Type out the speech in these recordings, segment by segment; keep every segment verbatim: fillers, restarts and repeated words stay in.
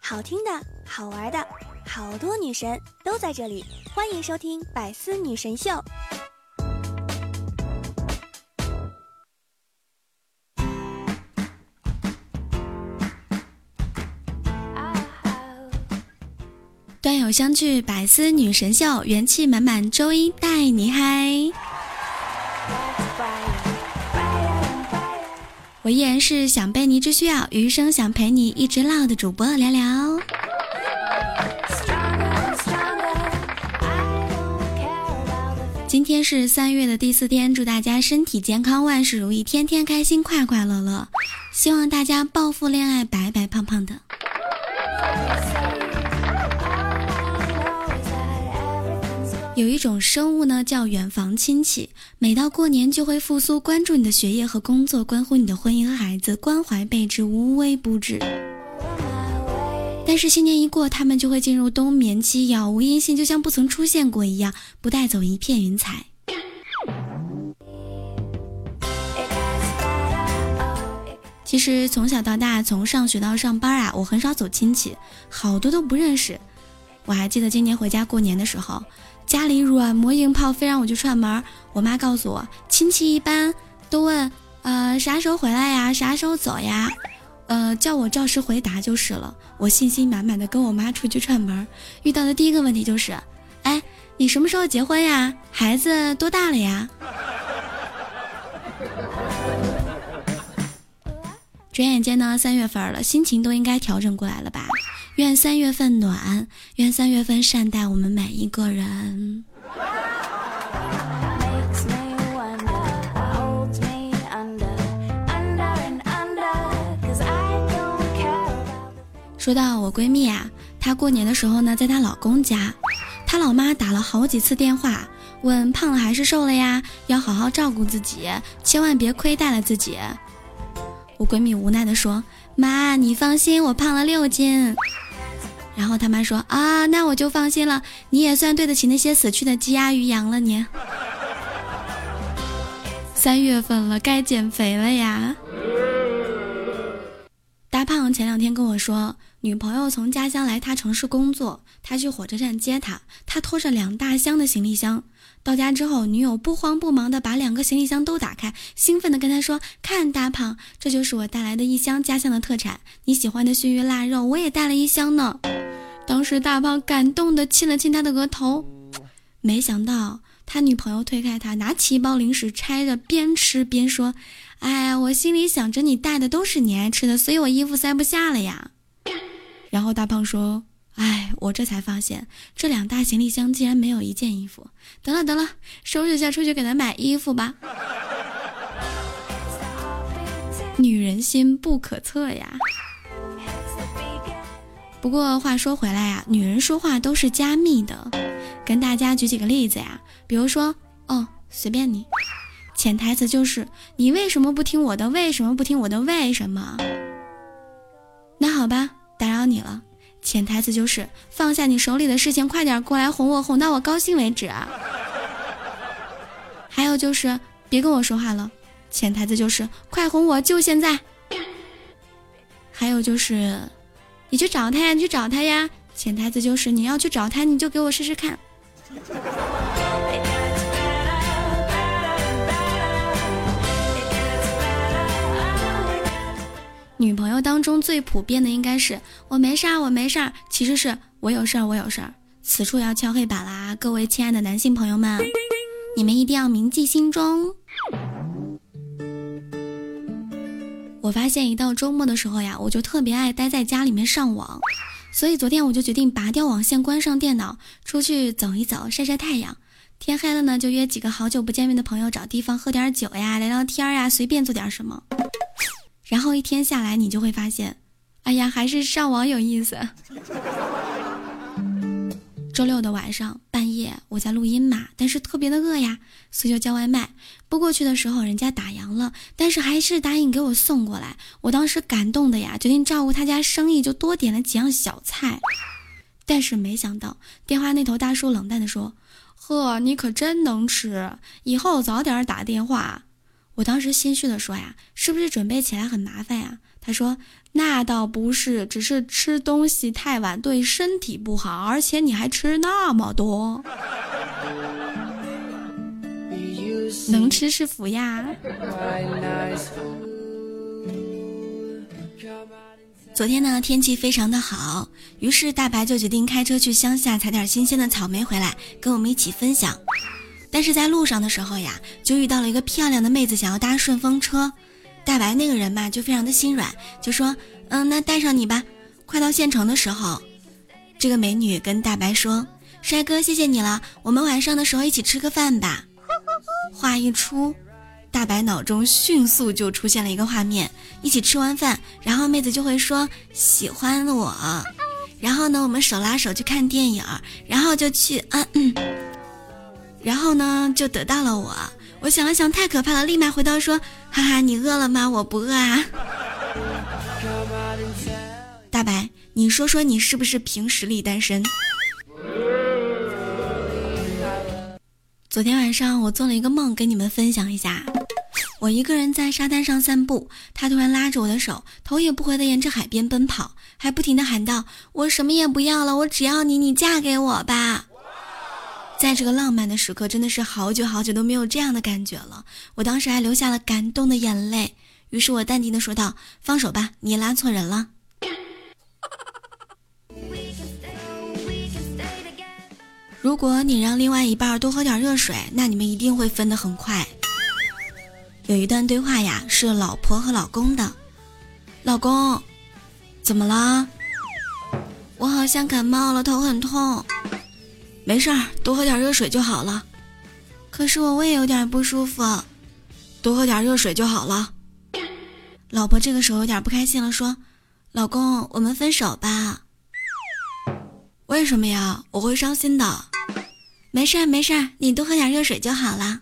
好听的、好玩的，好多女神都在这里，欢迎收听百思女神秀。端友相聚，百思女神秀，元气满满，周一带你嗨。我依然是想被你只需要，余生想陪你一直唠的主播聊聊。今天是三月的第四天，祝大家身体健康，万事如意，天天开心，快快乐乐。希望大家暴富恋爱，白白胖胖的。有一种生物呢，叫远房亲戚，每到过年就会复苏，关注你的学业和工作，关乎你的婚姻和孩子，关怀备至，无微不至。但是新年一过，他们就会进入冬眠期，杳无音信，就像不曾出现过一样，不带走一片云彩。其实从小到大，从上学到上班啊，我很少走亲戚，好多都不认识。我还记得今年回家过年的时候，家里软磨硬泡，非让我去串门。我妈告诉我，亲戚一般都问呃啥时候回来呀，啥时候走呀，呃叫我照实回答就是了。我信心满满的跟我妈出去串门，遇到的第一个问题就是，哎，你什么时候结婚呀？孩子多大了呀？转眼间呢，三月份了，心情都应该调整过来了吧？愿三月份暖，愿三月份善待我们每一个人。说到我闺蜜啊，她过年的时候呢，在她老公家，她老妈打了好几次电话，问胖了还是瘦了呀？要好好照顾自己，千万别亏待了自己。我闺蜜无奈地说，妈，你放心，我胖了六斤。然后他妈说，啊，那我就放心了，你也算对得起那些死去的鸡鸭鱼羊了你。三月份了，该减肥了呀。大胖前两天跟我说，女朋友从家乡来他城市工作，他去火车站接她，他拖着两大箱的行李箱。到家之后，女友不慌不忙的把两个行李箱都打开，兴奋的跟他说，看大胖，这就是我带来的一箱家乡的特产，你喜欢的熏鱼腊肉我也带了一箱呢。当时大胖感动的亲了亲他的额头，没想到他女朋友推开他，拿起一包零食拆着，边吃边说，哎，我心里想着你带的都是你爱吃的，所以我衣服塞不下了呀。然后大胖说，哎，我这才发现这两大行李箱竟然没有一件衣服，得了得了，收拾下出去给他买衣服吧。女人心不可测呀。不过话说回来呀，女人说话都是加密的。跟大家举几个例子呀，比如说，哦，随便你，潜台词就是你为什么不听我的？为什么不听我的？为什么？那好吧，打扰你了。潜台词就是放下你手里的事情，快点过来哄我，哄到我高兴为止啊。还有就是别跟我说话了。潜台词就是快哄我，就现在。还有就是你去找他呀，你去找他呀。潜台词就是你要去找他，你就给我试试看。女朋友当中最普遍的应该是我没事儿我没事儿，其实是我有事儿我有事儿。此处要敲黑板啦，各位亲爱的男性朋友们，你们一定要铭记心中。我发现一到周末的时候呀，我就特别爱待在家里面上网，所以昨天我就决定拔掉网线，关上电脑，出去走一走，晒晒太阳。天黑了呢，就约几个好久不见面的朋友，找地方喝点酒呀，聊聊天呀，随便做点什么。然后一天下来，你就会发现，哎呀，还是上网有意思。周六的晚上半夜，我在录音嘛，但是特别的饿呀，所以就叫外卖。拨过去的时候，人家打烊了，但是还是答应给我送过来。我当时感动的呀，决定照顾他家生意，就多点了几样小菜。但是没想到，电话那头大叔冷淡的说，呵，你可真能吃，以后早点打电话。 我当时心虚的说呀，是不是准备起来很麻烦呀？他说那倒不是，只是吃东西太晚对身体不好，而且你还吃那么多。能吃是福呀。昨天呢，天气非常的好，于是大白就决定开车去乡下采点新鲜的草莓回来跟我们一起分享。但是在路上的时候呀，就遇到了一个漂亮的妹子想要搭顺风车，大白那个人嘛就非常的心软，就说嗯，那带上你吧。快到县城的时候，这个美女跟大白说，帅哥谢谢你了，我们晚上的时候一起吃个饭吧。话一出，大白脑中迅速就出现了一个画面，一起吃完饭，然后妹子就会说喜欢我，然后呢我们手拉手去看电影，然后就去嗯嗯，然后呢就得到了我。我想了想太可怕了，立马回到说哈哈，你饿了吗？我不饿啊。大白，你说说你是不是凭实力单身？昨天晚上我做了一个梦跟你们分享一下。我一个人在沙滩上散步，他突然拉着我的手，头也不回地沿着海边奔跑，还不停地喊道，我什么也不要了，我只要你，你嫁给我吧。在这个浪漫的时刻，真的是好久好久都没有这样的感觉了，我当时还流下了感动的眼泪。于是我淡定地说道，放手吧，你拉错人了。如果你让另外一半多喝点热水，那你们一定会分得很快。有一段对话呀，是老婆和老公的。老公，怎么了？我好像感冒了，头很痛。没事儿，多喝点热水就好了。可是我胃有点不舒服。多喝点热水就好了。老婆这个时候有点不开心了，说，老公，我们分手吧。为什么呀？我会伤心的。没事儿没事儿，你多喝点热水就好了。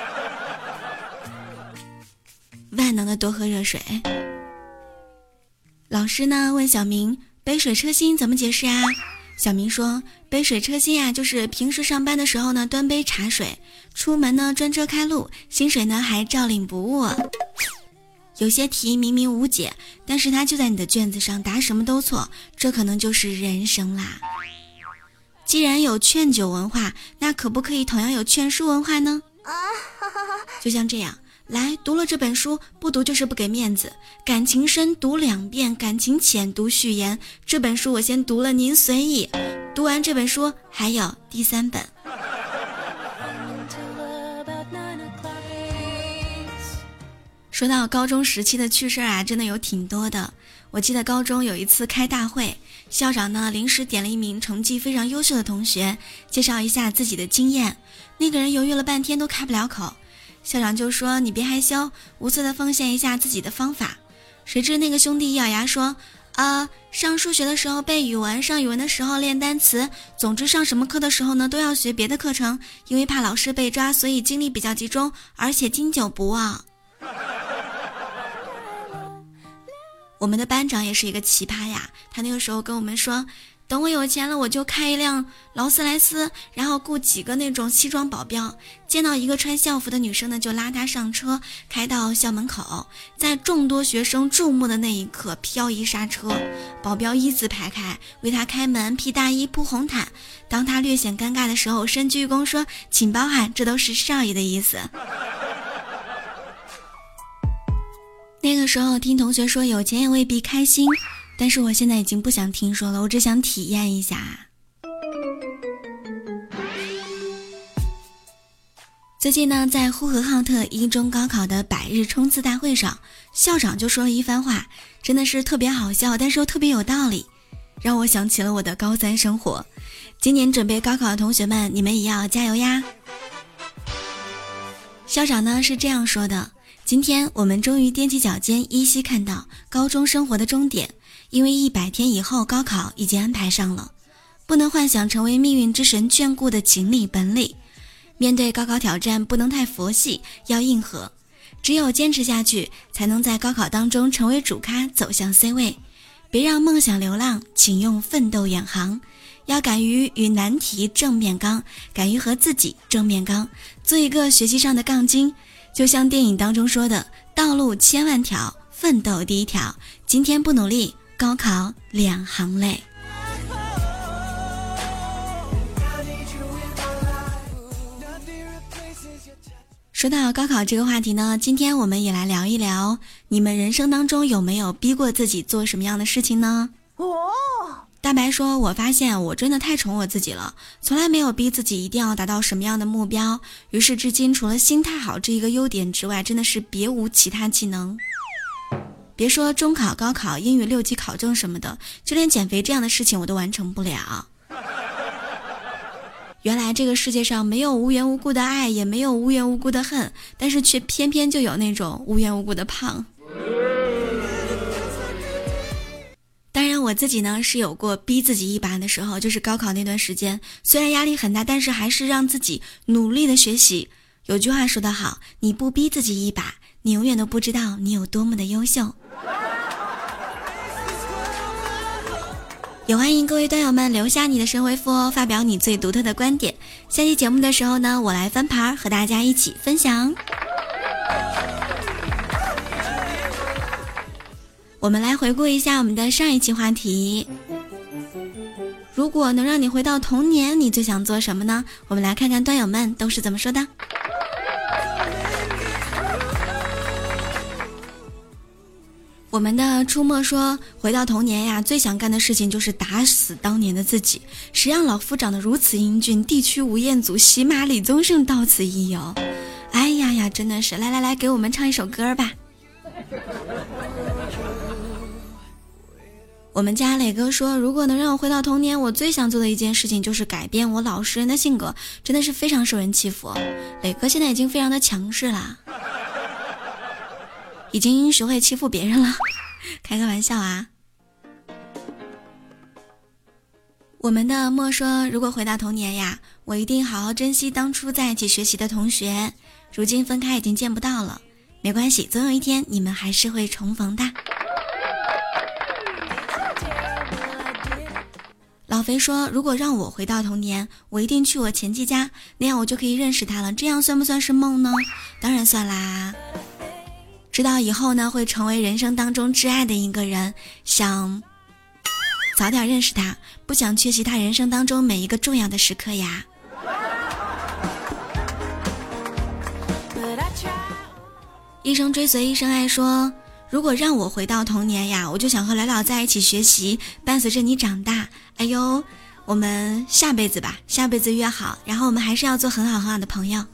万能的多喝热水。老师呢问小明，杯水车薪怎么解释啊？小明说，杯水车薪啊，就是平时上班的时候呢端杯茶水，出门呢专车开路，薪水呢还照领不误。有些题明明无解，但是它就在你的卷子上，答什么都错，这可能就是人生啦。既然有劝酒文化，那可不可以同样有劝书文化呢？就像这样，来，读了这本书，不读就是不给面子。感情深读两遍，感情浅读序言。这本书我先读了，您随意。读完这本书还有第三本。说到高中时期的趣事啊，真的有挺多的。我记得高中有一次开大会，校长呢临时点了一名成绩非常优秀的同学，介绍一下自己的经验。那个人犹豫了半天都开不了口，校长就说，你别害羞，无私的奉献一下自己的方法。谁知那个兄弟一咬牙说，呃，上数学的时候背语文，上语文的时候练单词，总之上什么课的时候呢都要学别的课程，因为怕老师被抓，所以精力比较集中，而且经久不忘。我们的班长也是一个奇葩呀，他那个时候跟我们说，等我有钱了，我就开一辆劳斯莱斯，然后雇几个那种西装保镖，见到一个穿校服的女生呢，就拉她上车，开到校门口，在众多学生注目的那一刻漂移刹车，保镖一字排开，为她开门，披大衣铺红毯。当她略显尴尬的时候，深鞠一躬说，请包涵，这都是少爷的意思。那个时候听同学说有钱也未必开心，但是我现在已经不想听说了，我只想体验一下。最近呢，在呼和浩特一中高考的百日冲刺大会上，校长就说了一番话，真的是特别好笑，但是又特别有道理，让我想起了我的高三生活。今年准备高考的同学们，你们也要加油呀！校长呢是这样说的，今天我们终于踮起脚尖依稀看到高中生活的终点，因为一百天以后高考已经安排上了，不能幻想成为命运之神眷顾的锦鲤本鲤。面对高考挑战不能太佛系，要硬核，只有坚持下去才能在高考当中成为主咖，走向 C 位。别让梦想流浪，请用奋斗远航。要敢于与难题正面刚，敢于和自己正面刚，做一个学习上的杠精。 就像电影当中说的，道路千万条，奋斗第一条，今天不努力，高考两行泪。说到高考这个话题呢，今天我们也来聊一聊，你们人生当中有没有逼过自己做什么样的事情呢？哦，大白说，我发现我真的太宠我自己了，从来没有逼自己一定要达到什么样的目标，于是至今除了心态好这一个优点之外，真的是别无其他技能。别说中考、高考、英语六级考证什么的，就连减肥这样的事情我都完成不了。原来这个世界上没有无缘无故的爱，也没有无缘无故的恨，但是却偏偏就有那种无缘无故的胖。当然我自己呢是有过逼自己一把的时候，就是高考那段时间，虽然压力很大，但是还是让自己努力的学习。有句话说得好，你不逼自己一把，你永远都不知道你有多么的优秀。也欢迎各位段友们留下你的神回复哦，发表你最独特的观点。下期节目的时候呢，我来翻牌和大家一起分享。我们来回顾一下我们的上一期话题，如果能让你回到童年，你最想做什么呢？我们来看看段友们都是怎么说的。我们的出没说，回到童年呀，最想干的事情就是打死当年的自己。谁让老夫长得如此英俊，地区吴彦祖，喜马李宗盛到此一游。哎呀呀，真的是，来来来，给我们唱一首歌吧。我们家磊哥说，如果能让我回到童年，我最想做的一件事情就是改变我老实人的性格，真的是非常受人欺负。磊哥现在已经非常的强势了，已经学会欺负别人了，开个玩笑啊。我们的莫说，如果回到童年呀，我一定好好珍惜当初在一起学习的同学，如今分开已经见不到了，没关系，总有一天你们还是会重逢的。老肥说，如果让我回到童年，我一定去我前妻家，那样我就可以认识他了，这样算不算是梦呢？当然算啦。知道以后呢会成为人生当中挚爱的一个人，想早点认识他，不想缺席他人生当中每一个重要的时刻呀。一生追随一生爱说，如果让我回到童年呀，我就想和聊聊在一起学习，伴随着你长大。哎呦，我们下辈子吧，下辈子约好，然后我们还是要做很好很好的朋友。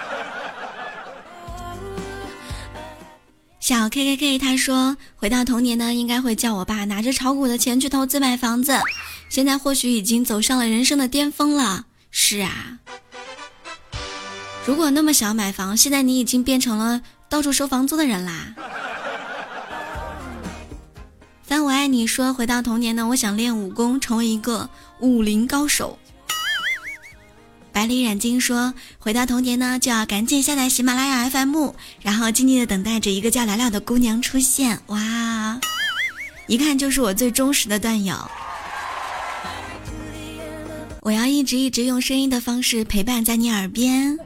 小 K K K 他说，回到童年呢，应该会叫我爸拿着炒股的钱去投资买房子，现在或许已经走上了人生的巅峰了。是啊，如果那么小买房，现在你已经变成了到处收房租的人啦。但我爱你说，回到童年呢，我想练武功，成为一个武林高手。百里染金说，回到童年呢，就要赶紧下载喜马拉雅 F M， 然后静静的等待着一个叫聊聊的姑娘出现。哇，一看就是我最忠实的段友。我要一直一直用声音的方式陪伴在你耳边。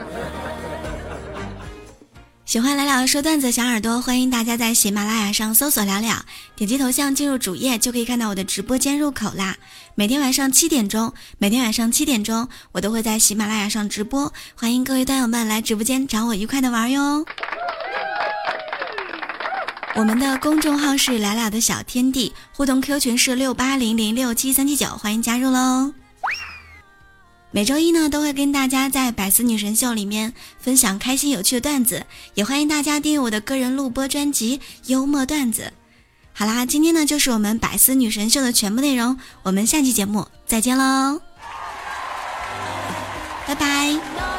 喜欢聊聊说段子小耳朵，欢迎大家在喜马拉雅上搜索聊聊，点击头像进入主页就可以看到我的直播间入口啦。每天晚上七点钟，每天晚上七点钟，我都会在喜马拉雅上直播，欢迎各位段友们来直播间找我愉快的玩哟。我们的公众号是聊聊的小天地，互动 Q 群是六八零零六七三七九，欢迎加入喽。每周一呢，都会跟大家在百思女神秀里面分享开心有趣的段子，也欢迎大家订阅我的个人录播专辑幽默段子。好啦，今天呢就是我们百思女神秀的全部内容，我们下期节目再见喽，拜拜。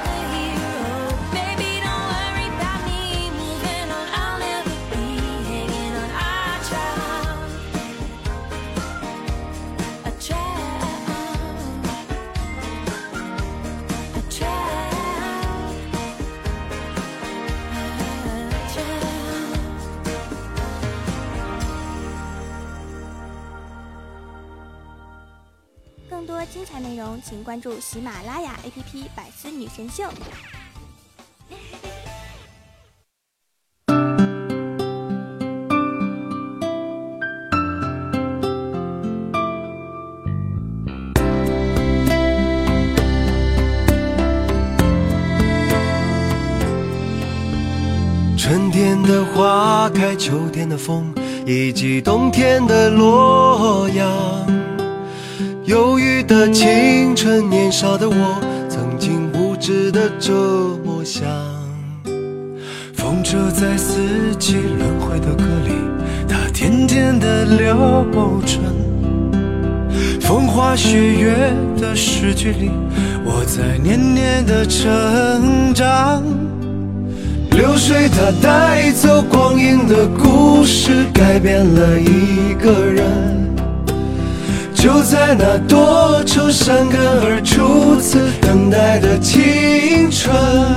更多精彩内容请关注喜马拉雅 A P P 百思女神秀。 的花开，秋天的风，以及冬天的洛阳。忧郁的青春，年少的我，曾经无知的这么想。 风车在四季轮回的歌里，它甜甜的流转。风花雪月的诗句里，我在年年的成长。 流水它带走光阴的故事，改变了一个人。就在那多愁善感而初次等待的青春。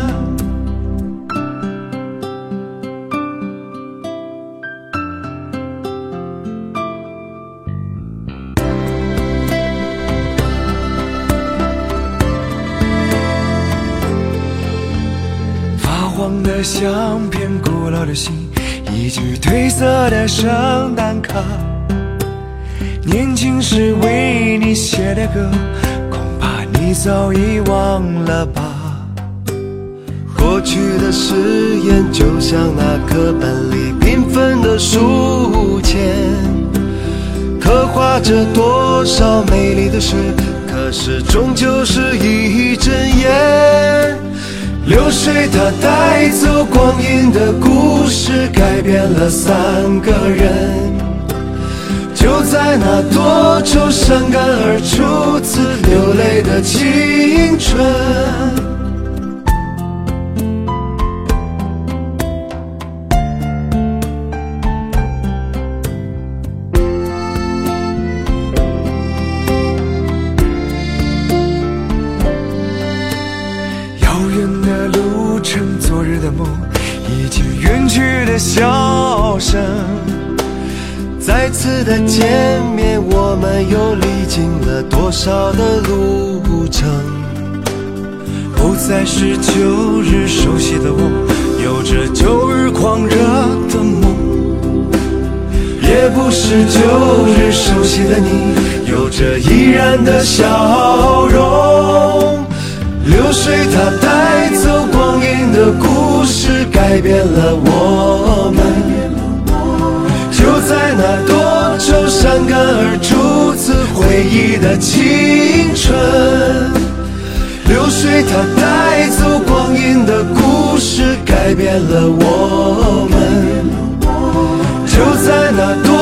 黄的相片，古老的信，一句褪色的圣诞卡。年轻时为你写的歌，恐怕你早已忘了吧。 过去的誓言，就像那课本里缤纷的书签，刻画着多少美丽的事，可是终究是一阵烟。流水它带走光阴的故事，改变了三个人。就在那多愁善感而初次流泪的青春。 昨日的梦，已经远去的笑声。 再次的见面，我们又历经了多少的路程？ 不再是旧日熟悉的我，有着旧日狂热的梦。 也不是旧日熟悉的你，有着依然的笑容。流水它带走光阴的故事，改变了我们。就在那多愁善感而初次回忆的青春。流水它带走光阴的故事，改变了我们。就在那多